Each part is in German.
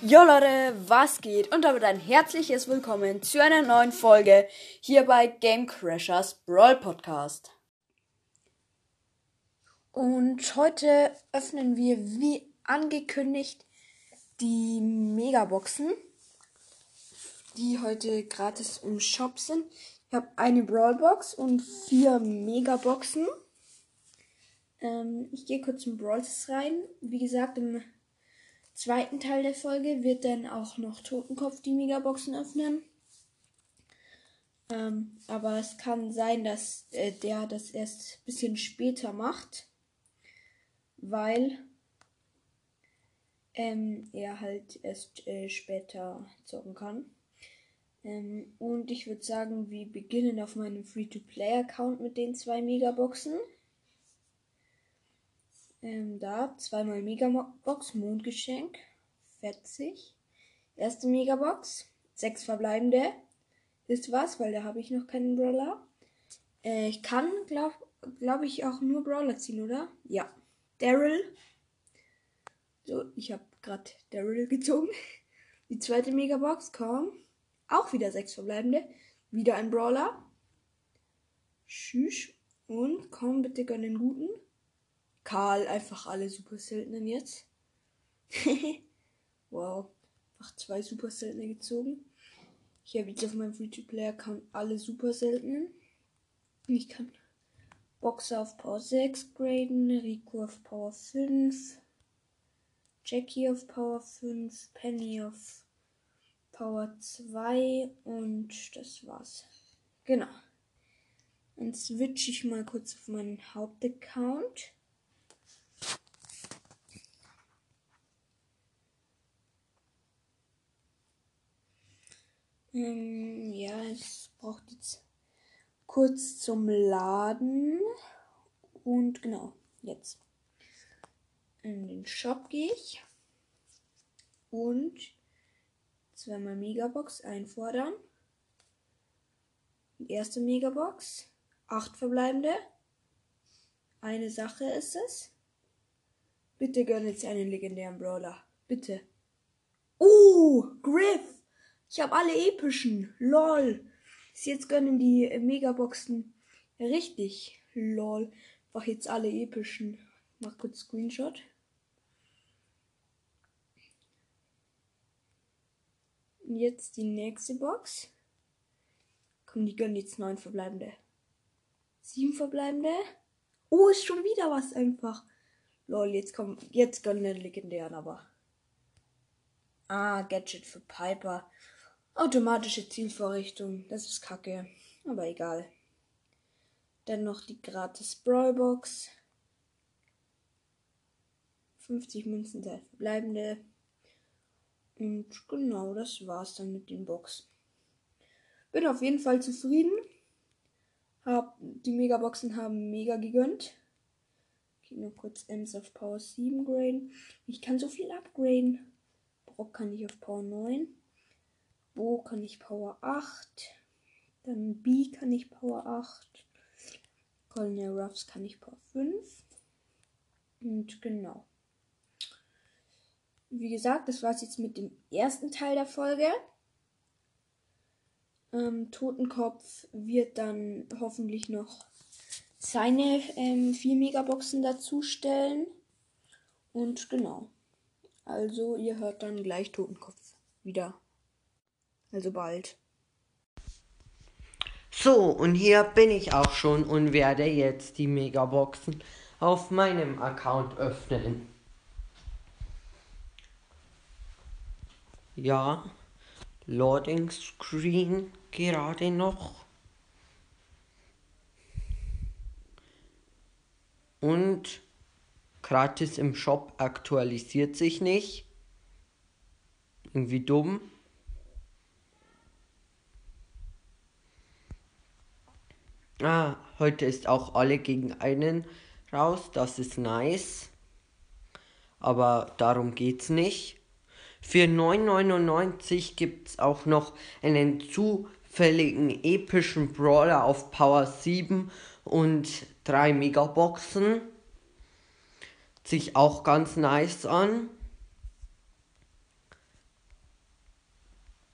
Jo Leute, was geht? Und damit ein herzliches Willkommen zu einer neuen Folge hier bei Game Crashers Brawl Podcast. Und heute öffnen wir wie angekündigt die Megaboxen, die heute gratis im Shop sind. Ich habe eine Brawlbox und 4 Megaboxen. Ich gehe kurz in Brawls rein. Wie gesagt, im zweiten Teil der Folge wird dann auch noch Totenkopf die Megaboxen öffnen. Aber es kann sein, dass der das erst ein bisschen später macht, weil er halt erst später zocken kann. Und ich würde sagen, wir beginnen auf meinem Free-to-Play-Account mit den 2 Megaboxen. Da, 2-mal Megabox, Mondgeschenk, 40. Erste Megabox, 6 verbleibende. Ist was, weil da habe ich noch keinen Brawler. Ich kann, glaube ich, auch nur Brawler ziehen, oder? Ja. Daryl. So, ich habe gerade Daryl gezogen. Die zweite Megabox, komm. Auch wieder 6 verbleibende. Wieder ein Brawler. Tschüss. Und komm, bitte gönn den guten. Karl, einfach alle super seltenen jetzt. Wow, einfach 2 super seltene gezogen. Ich habe jetzt auf meinem Free-to-Play-Account alle super seltenen. Ich kann Boxer auf Power 6 graden, Rico auf Power 5, Jackie auf Power 5, Penny auf Power 2 und das war's. Genau. Dann switche ich mal kurz auf meinen Hauptaccount. Ja, es braucht jetzt kurz zum Laden. Und genau, jetzt in den Shop gehe ich. Und 2-mal Megabox einfordern. Die erste Megabox. 8 verbleibende. Eine Sache ist es. Bitte gönn jetzt einen legendären Brawler. Bitte. Griff! Ich habe alle epischen. LOL. Jetzt gönnen die Megaboxen richtig. LOL. Mach jetzt alle epischen. Mach kurz Screenshot. Und jetzt die nächste Box. Komm, die gönnen jetzt 9 verbleibende. 7 verbleibende. Oh, ist schon wieder was einfach. LOL, jetzt gönnen den legendären aber. Gadget für Piper. Automatische Zielvorrichtung. Das ist kacke. Aber egal. Dann noch die gratis Brawlbox. 50 Münzen, 3 verbleibende. Und genau, das war's dann mit den Boxen. Bin auf jeden Fall zufrieden. Die Megaboxen haben mega gegönnt. Okay, noch kurz Ems auf Power 7 graden. Ich kann so viel upgraden. Brock kann ich auf Power 9. Bo kann ich Power 8. Dann B kann ich Power 8. Colonel Ruffs kann ich Power 5. Und genau. Wie gesagt, das war's jetzt mit dem ersten Teil der Folge. Totenkopf wird dann hoffentlich noch seine 4 Megaboxen dazustellen. Und genau. Also ihr hört dann gleich Totenkopf wieder. Also bald. So, und hier bin ich auch schon und werde jetzt die Megaboxen auf meinem Account öffnen. Ja, Loading Screen gerade noch. Und gratis im Shop aktualisiert sich nicht. Irgendwie dumm. Heute ist auch alle gegen einen raus. Das ist nice. Aber darum geht's nicht. Für 9,99 gibt's auch noch einen zufälligen epischen Brawler auf Power 7 und 3 Megaboxen. Sich auch ganz nice an.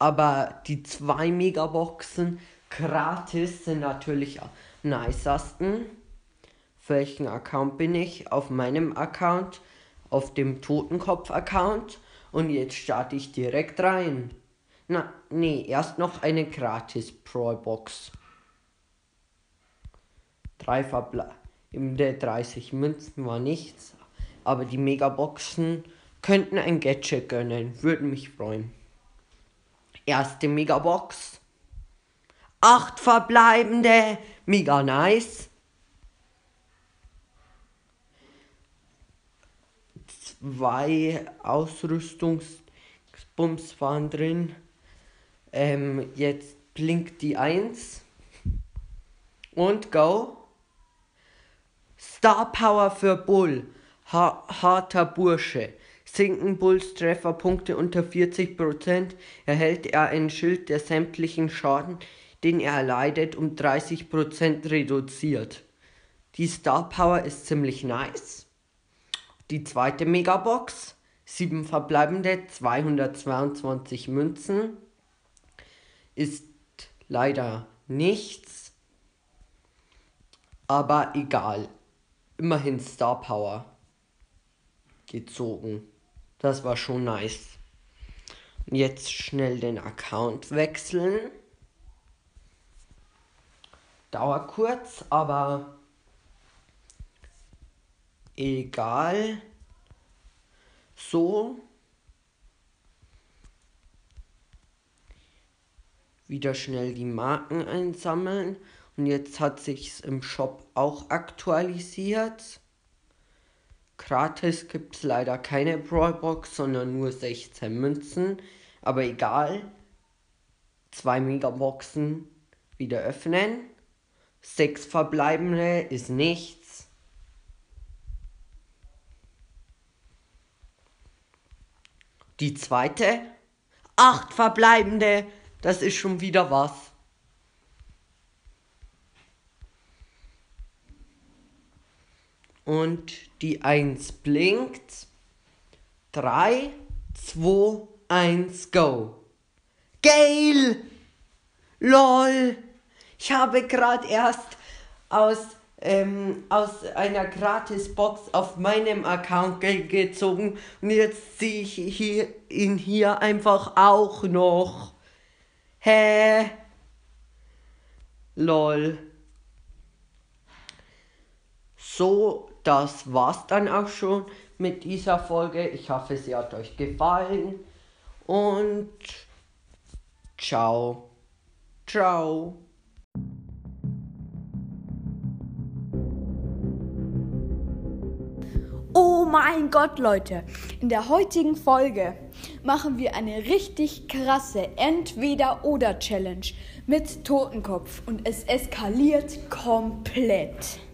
Aber die 2 Megaboxen gratis sind natürlich am nicesten. Für welchen Account bin ich? Auf meinem Account, auf dem Totenkopf-Account. Und jetzt starte ich direkt rein. Erst noch eine gratis Pro-Box. 3 verbleibende 30 Münzen war nichts. Aber die Megaboxen könnten ein Gadget gönnen. Würde mich freuen. Erste Megabox. 8 verbleibende. Mega nice. 2 Ausrüstungsbums waren drin. Jetzt blinkt die 1. Und go. Star Power für Bull. Harter Bursche. Sinken Bulls Trefferpunkte unter 40%, erhält er ein Schild, der sämtlichen Schaden, den er erleidet, um 30% reduziert. Die Star Power ist ziemlich nice. Die zweite Megabox, 7 verbleibende, 222 Münzen, ist leider nichts, aber egal. Immerhin Star Power gezogen. Das war schon nice. Jetzt schnell den Account wechseln. Dauert kurz, aber egal. So. Wieder schnell die Marken einsammeln. Und jetzt hat sich's im Shop auch aktualisiert. Gratis gibt es leider keine Brawlbox, sondern nur 16 Münzen. Aber egal. 2 Megaboxen wieder öffnen. 6 verbleibende ist nichts. Die zweite. 8 verbleibende. Das ist schon wieder was. Und die 1 blinkt. 3, 2, 1, go. Gale! LOL! Ich habe gerade erst aus einer Gratisbox auf meinem Account gezogen. Und jetzt sehe ich ihn hier einfach auch noch. Hä? LOL. So, das war's dann auch schon mit dieser Folge. Ich hoffe, sie hat euch gefallen. Und ciao. Ciao. Oh mein Gott, Leute. In der heutigen Folge machen wir eine richtig krasse Entweder-oder-Challenge mit Totenkopf. Und es eskaliert komplett.